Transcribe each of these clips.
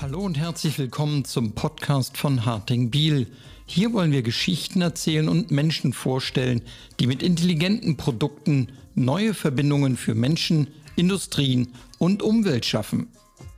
Hallo und herzlich willkommen zum Podcast von Harting Biel. Hier wollen wir Geschichten erzählen und Menschen vorstellen, die mit intelligenten Produkten neue Verbindungen für Menschen, Industrien und Umwelt schaffen.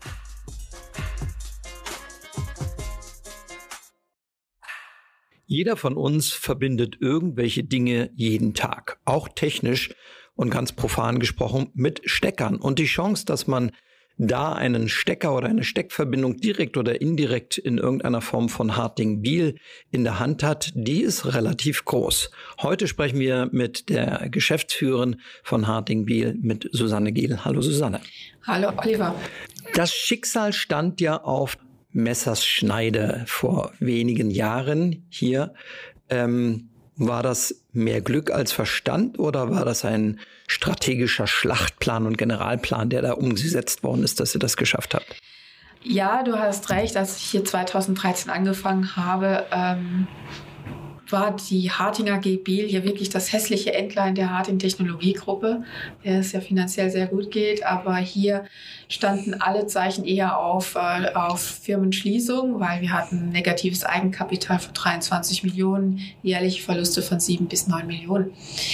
Jeder von uns verbindet irgendwelche Dinge jeden Tag, auch technisch und ganz profan gesprochen mit Steckern. Und die Chance, dass man da einen Stecker oder eine Steckverbindung direkt oder indirekt in irgendeiner Form von Harting Biel in der Hand hat, die ist relativ groß. Heute sprechen wir mit der Geschäftsführerin von Harting Biel, mit Susanne Giel. Hallo Susanne. Hallo Oliver. Das Schicksal stand ja auf Messerschneide vor wenigen Jahren hier. War das mehr Glück als Verstand oder war das ein strategischer Schlachtplan und Generalplan, der da umgesetzt worden ist, dass ihr das geschafft habt? Ja, du hast recht. Als ich hier 2013 angefangen habe, war die Harting AG Biel hier wirklich das hässliche Entlein der Harting Technologiegruppe, der es ja finanziell sehr gut geht. Aber hier standen alle Zeichen eher auf Firmenschließung, weil wir hatten negatives Eigenkapital von 23 Millionen, jährliche Verluste von 7 bis 9 Millionen.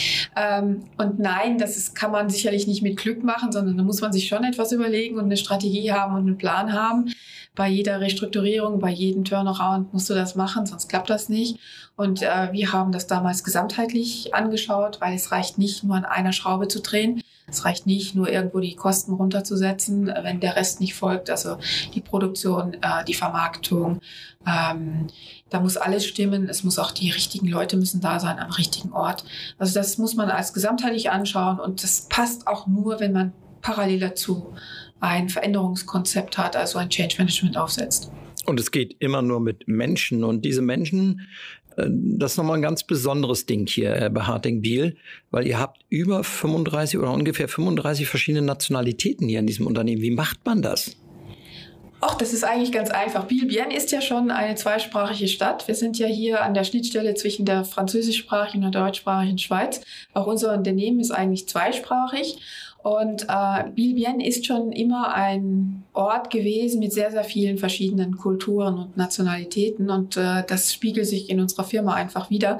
Und nein, kann man sicherlich nicht mit Glück machen, sondern da muss man sich schon etwas überlegen und eine Strategie haben und einen Plan haben. Bei jeder Restrukturierung, bei jedem Turnaround musst du das machen, sonst klappt das nicht. Und wir haben das damals gesamtheitlich angeschaut, weil es reicht nicht nur an einer Schraube zu drehen. Es reicht nicht nur irgendwo die Kosten runterzusetzen, wenn der Rest nicht folgt. Also die Produktion, die Vermarktung, da muss alles stimmen. Es muss auch die richtigen Leute müssen da sein am richtigen Ort. Also das muss man als gesamtheitlich anschauen und das passt auch nur, wenn man parallel dazu ein Veränderungskonzept hat, also ein Change Management aufsetzt. Und es geht immer nur mit Menschen. Und diese Menschen, das ist nochmal ein ganz besonderes Ding hier bei Harting Biel, weil ihr habt über 35 oder ungefähr 35 verschiedene Nationalitäten hier in diesem Unternehmen. Wie macht man das? Ach, das ist eigentlich ganz einfach. Biel-Bienne ist ja schon eine zweisprachige Stadt. Wir sind ja hier an der Schnittstelle zwischen der französischsprachigen und der deutschsprachigen Schweiz. Auch unser Unternehmen ist eigentlich zweisprachig. Und Biel-Bienne ist schon immer ein Ort gewesen mit sehr, sehr vielen verschiedenen Kulturen und Nationalitäten. Und das spiegelt sich in unserer Firma einfach wieder.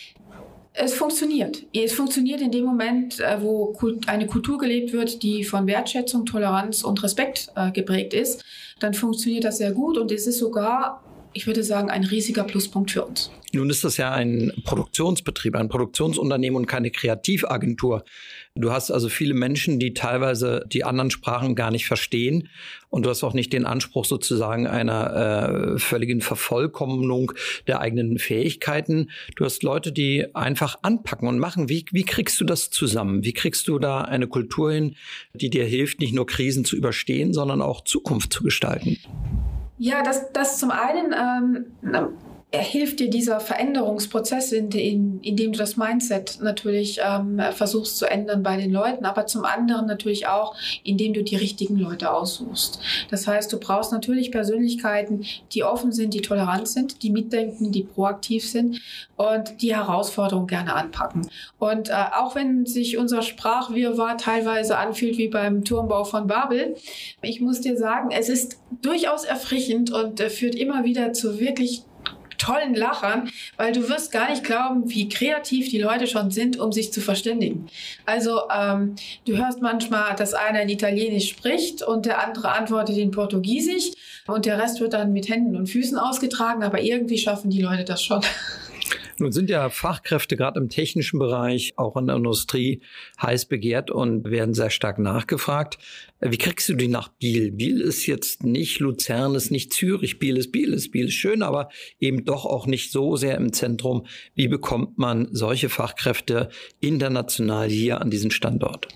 Es funktioniert. Es funktioniert in dem Moment, wo eine Kultur gelebt wird, die von Wertschätzung, Toleranz und Respekt geprägt ist. Dann funktioniert das sehr gut und es ist sogar, ich würde sagen, ein riesiger Pluspunkt für uns. Nun ist das ja ein Produktionsbetrieb, ein Produktionsunternehmen und keine Kreativagentur. Du hast also viele Menschen, die teilweise die anderen Sprachen gar nicht verstehen. Und du hast auch nicht den Anspruch sozusagen einer völligen Vervollkommnung der eigenen Fähigkeiten. Du hast Leute, die einfach anpacken und machen. Wie kriegst du das zusammen? Wie kriegst du da eine Kultur hin, die dir hilft, nicht nur Krisen zu überstehen, sondern auch Zukunft zu gestalten? Ja, das zum einen hilft dir dieser Veränderungsprozess, indem du das Mindset natürlich versuchst zu ändern bei den Leuten, aber zum anderen natürlich auch, indem du die richtigen Leute aussuchst. Das heißt, du brauchst natürlich Persönlichkeiten, die offen sind, die tolerant sind, die mitdenken, die proaktiv sind und die Herausforderungen gerne anpacken. Und auch wenn sich unser Sprachwirrwarr teilweise anfühlt wie beim Turmbau von Babel, ich muss dir sagen, es ist durchaus erfrischend und führt immer wieder zu wirklich tollen Lachern, weil du wirst gar nicht glauben, wie kreativ die Leute schon sind, um sich zu verständigen. Also du hörst manchmal, dass einer in Italienisch spricht und der andere antwortet in Portugiesisch und der Rest wird dann mit Händen und Füßen ausgetragen, aber irgendwie schaffen die Leute das schon. Nun sind ja Fachkräfte gerade im technischen Bereich, auch in der Industrie, heiß begehrt und werden sehr stark nachgefragt. Wie kriegst du die nach Biel? Biel ist jetzt nicht Luzern, ist nicht Zürich, Biel ist schön, aber eben doch auch nicht so sehr im Zentrum. Wie bekommt man solche Fachkräfte international hier an diesen Standort?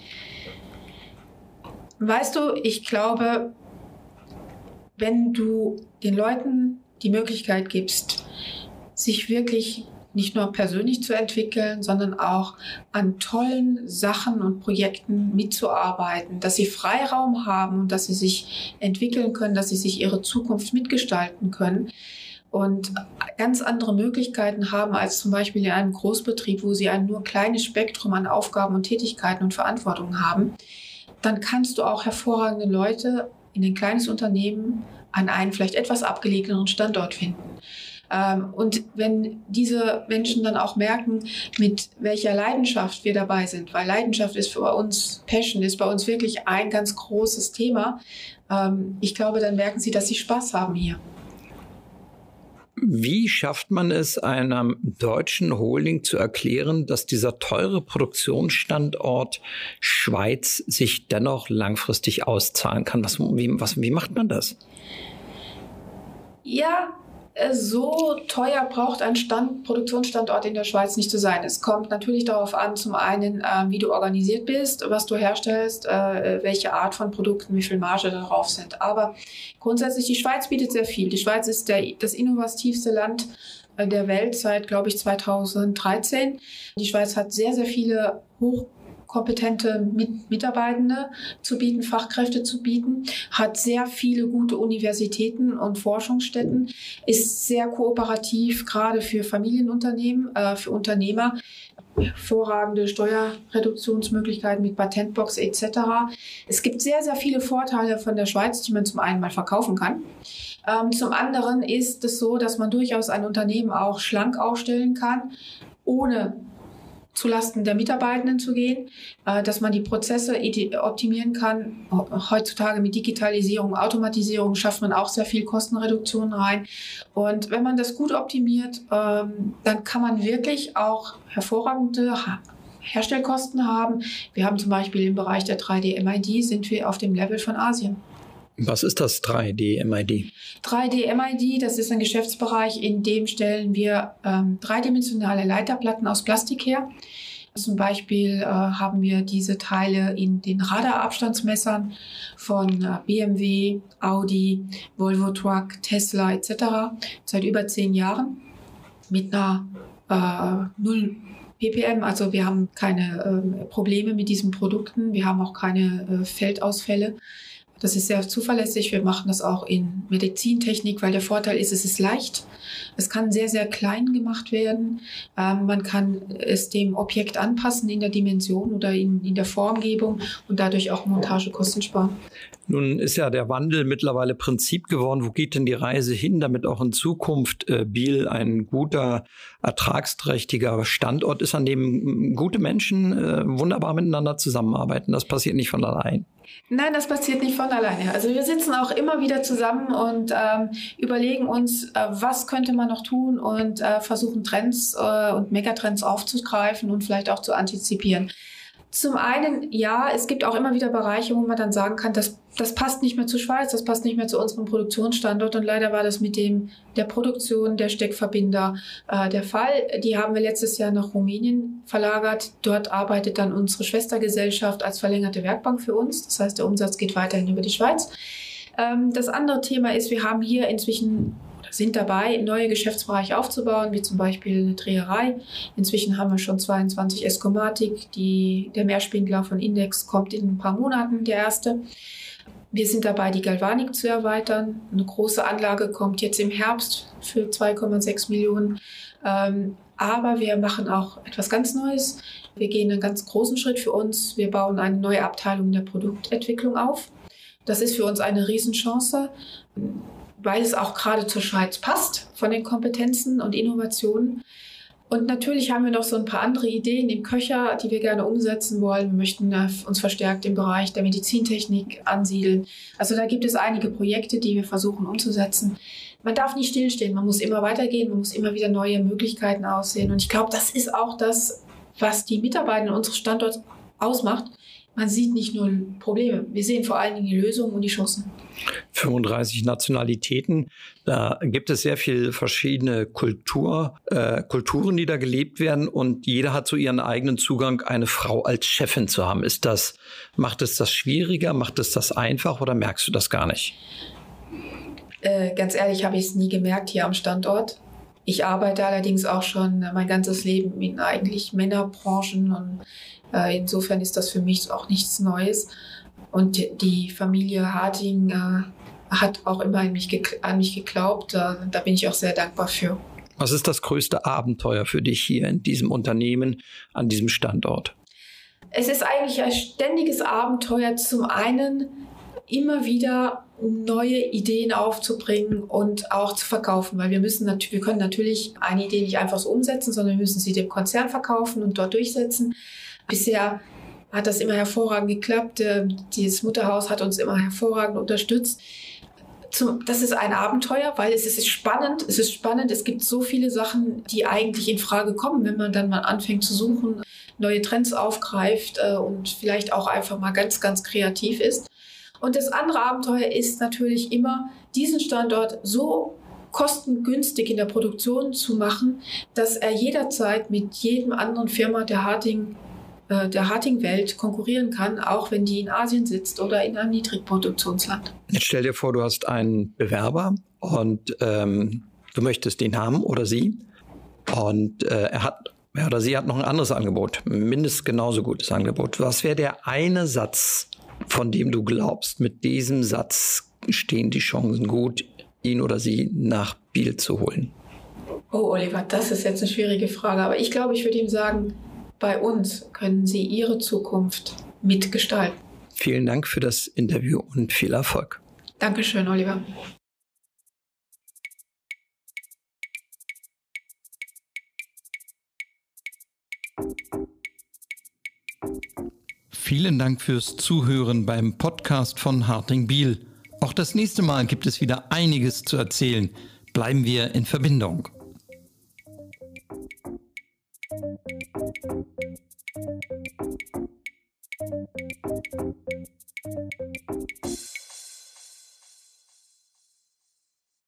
Weißt du, ich glaube, wenn du den Leuten die Möglichkeit gibst, sich wirklich nicht nur persönlich zu entwickeln, sondern auch an tollen Sachen und Projekten mitzuarbeiten, dass sie Freiraum haben und dass sie sich entwickeln können, dass sie sich ihre Zukunft mitgestalten können und ganz andere Möglichkeiten haben als zum Beispiel in einem Großbetrieb, wo sie ein nur kleines Spektrum an Aufgaben und Tätigkeiten und Verantwortung haben, dann kannst du auch hervorragende Leute in ein kleines Unternehmen an einen vielleicht etwas abgelegenen Standort finden. Und wenn diese Menschen dann auch merken, mit welcher Leidenschaft wir dabei sind, weil Leidenschaft ist für uns, Passion ist bei uns wirklich ein ganz großes Thema, ich glaube, dann merken sie, dass sie Spaß haben hier. Wie schafft man es, einem deutschen Holding zu erklären, dass dieser teure Produktionsstandort Schweiz sich dennoch langfristig auszahlen kann? Wie macht man das? Ja, so teuer braucht ein Produktionsstandort in der Schweiz nicht zu sein. Es kommt natürlich darauf an, zum einen, wie du organisiert bist, was du herstellst, welche Art von Produkten, wie viel Marge darauf sind. Aber grundsätzlich, die Schweiz bietet sehr viel. Die Schweiz ist das innovativste Land der Welt seit, glaube ich, 2013. Die Schweiz hat sehr, sehr viele hochkompetente Mitarbeitende zu bieten, Fachkräfte zu bieten, hat sehr viele gute Universitäten und Forschungsstätten, ist sehr kooperativ, gerade für Familienunternehmen, für Unternehmer, hervorragende Steuerreduktionsmöglichkeiten mit Patentbox etc. Es gibt sehr, sehr viele Vorteile von der Schweiz, die man zum einen mal verkaufen kann. Zum anderen ist es so, dass man durchaus ein Unternehmen auch schlank aufstellen kann, ohne zulasten der Mitarbeitenden zu gehen, dass man die Prozesse optimieren kann. Heutzutage mit Digitalisierung, Automatisierung schafft man auch sehr viel Kostenreduktion rein. Und wenn man das gut optimiert, dann kann man wirklich auch hervorragende Herstellkosten haben. Wir haben zum Beispiel im Bereich der 3D-MID sind wir auf dem Level von Asien. Was ist das 3D-MID? 3D-MID, das ist ein Geschäftsbereich, in dem stellen wir dreidimensionale Leiterplatten aus Plastik her. Zum Beispiel haben wir diese Teile in den Radarabstandsmessern von BMW, Audi, Volvo Truck, Tesla etc. seit über 10 Jahren mit einer 0 ppm. Also wir haben keine Probleme mit diesen Produkten. Wir haben auch keine Feldausfälle. Das ist sehr zuverlässig. Wir machen das auch in Medizintechnik, weil der Vorteil ist, es ist leicht. Es kann sehr, sehr klein gemacht werden. Man kann es dem Objekt anpassen in der Dimension oder in der Formgebung und dadurch auch Montagekosten sparen. Nun ist ja der Wandel mittlerweile Prinzip geworden. Wo geht denn die Reise hin, damit auch in Zukunft Biel ein guter, ertragsträchtiger Standort ist, an dem gute Menschen wunderbar miteinander zusammenarbeiten? Das passiert nicht von allein. Nein, das passiert nicht von alleine. Also wir sitzen auch immer wieder zusammen und überlegen uns, was könnte man noch tun und versuchen Trends und Megatrends aufzugreifen und vielleicht auch zu antizipieren. Zum einen, ja, es gibt auch immer wieder Bereiche, wo man dann sagen kann, das passt nicht mehr zur Schweiz, das passt nicht mehr zu unserem Produktionsstandort. Und leider war das mit der Produktion der Steckverbinder der Fall. Die haben wir letztes Jahr nach Rumänien verlagert. Dort arbeitet dann unsere Schwestergesellschaft als verlängerte Werkbank für uns. Das heißt, der Umsatz geht weiterhin über die Schweiz. Das andere Thema ist, wir haben hier inzwischen sind dabei, neue Geschäftsbereiche aufzubauen, wie zum Beispiel eine Dreherei. Inzwischen haben wir schon 22 Escomatic. Der Mehrspindler von Index kommt in ein paar Monaten, der erste. Wir sind dabei, die Galvanik zu erweitern. Eine große Anlage kommt jetzt im Herbst für 2,6 Millionen. Aber wir machen auch etwas ganz Neues. Wir gehen einen ganz großen Schritt für uns. Wir bauen eine neue Abteilung in der Produktentwicklung auf. Das ist für uns eine Riesenchance, weil es auch gerade zur Schweiz passt von den Kompetenzen und Innovationen. Und natürlich haben wir noch so ein paar andere Ideen im Köcher, die wir gerne umsetzen wollen. Wir möchten uns verstärkt im Bereich der Medizintechnik ansiedeln. Also da gibt es einige Projekte, die wir versuchen umzusetzen. Man darf nicht stillstehen, man muss immer weitergehen, man muss immer wieder neue Möglichkeiten aussehen. Und ich glaube, das ist auch das, was die Mitarbeiter unseres Standorts ausmacht. Man sieht nicht nur Probleme, wir sehen vor allen Dingen die Lösungen und die Chancen. 35 Nationalitäten, da gibt es sehr viele verschiedene Kulturen, die da gelebt werden und jeder hat so ihren eigenen Zugang, eine Frau als Chefin zu haben. Macht es das schwieriger, macht es das einfach oder merkst du das gar nicht? Ganz ehrlich habe ich es nie gemerkt hier am Standort. Ich arbeite allerdings auch schon mein ganzes Leben in eigentlich Männerbranchen und insofern ist das für mich auch nichts Neues. Und die Familie Harting hat auch immer an mich geglaubt. Da bin ich auch sehr dankbar für. Was ist das größte Abenteuer für dich hier in diesem Unternehmen, an diesem Standort? Es ist eigentlich ein ständiges Abenteuer. Zum einen immer wieder um neue Ideen aufzubringen und auch zu verkaufen. Weil wir können natürlich eine Idee nicht einfach so umsetzen, sondern wir müssen sie dem Konzern verkaufen und dort durchsetzen. Bisher hat das immer hervorragend geklappt. Das Mutterhaus hat uns immer hervorragend unterstützt. Das ist ein Abenteuer, weil es ist spannend. Es gibt so viele Sachen, die eigentlich in Frage kommen, wenn man dann mal anfängt zu suchen, neue Trends aufgreift und vielleicht auch einfach mal ganz, ganz kreativ ist. Und das andere Abenteuer ist natürlich immer, diesen Standort so kostengünstig in der Produktion zu machen, dass er jederzeit mit jedem anderen Firma der Harting-Welt konkurrieren kann, auch wenn die in Asien sitzt oder in einem Niedrigproduktionsland. Jetzt stell dir vor, du hast einen Bewerber und du möchtest ihn haben oder sie und er oder sie hat noch ein anderes Angebot, mindestens genauso gutes Angebot. Was wäre der eine Satz, von dem du glaubst, mit diesem Satz stehen die Chancen gut, ihn oder sie nach Biel zu holen? Oh, Oliver, das ist jetzt eine schwierige Frage, aber ich glaube, ich würde ihm sagen, bei uns können Sie Ihre Zukunft mitgestalten. Vielen Dank für das Interview und viel Erfolg. Dankeschön, Oliver. Vielen Dank fürs Zuhören beim Podcast von Harting Biel. Auch das nächste Mal gibt es wieder einiges zu erzählen. Bleiben wir in Verbindung.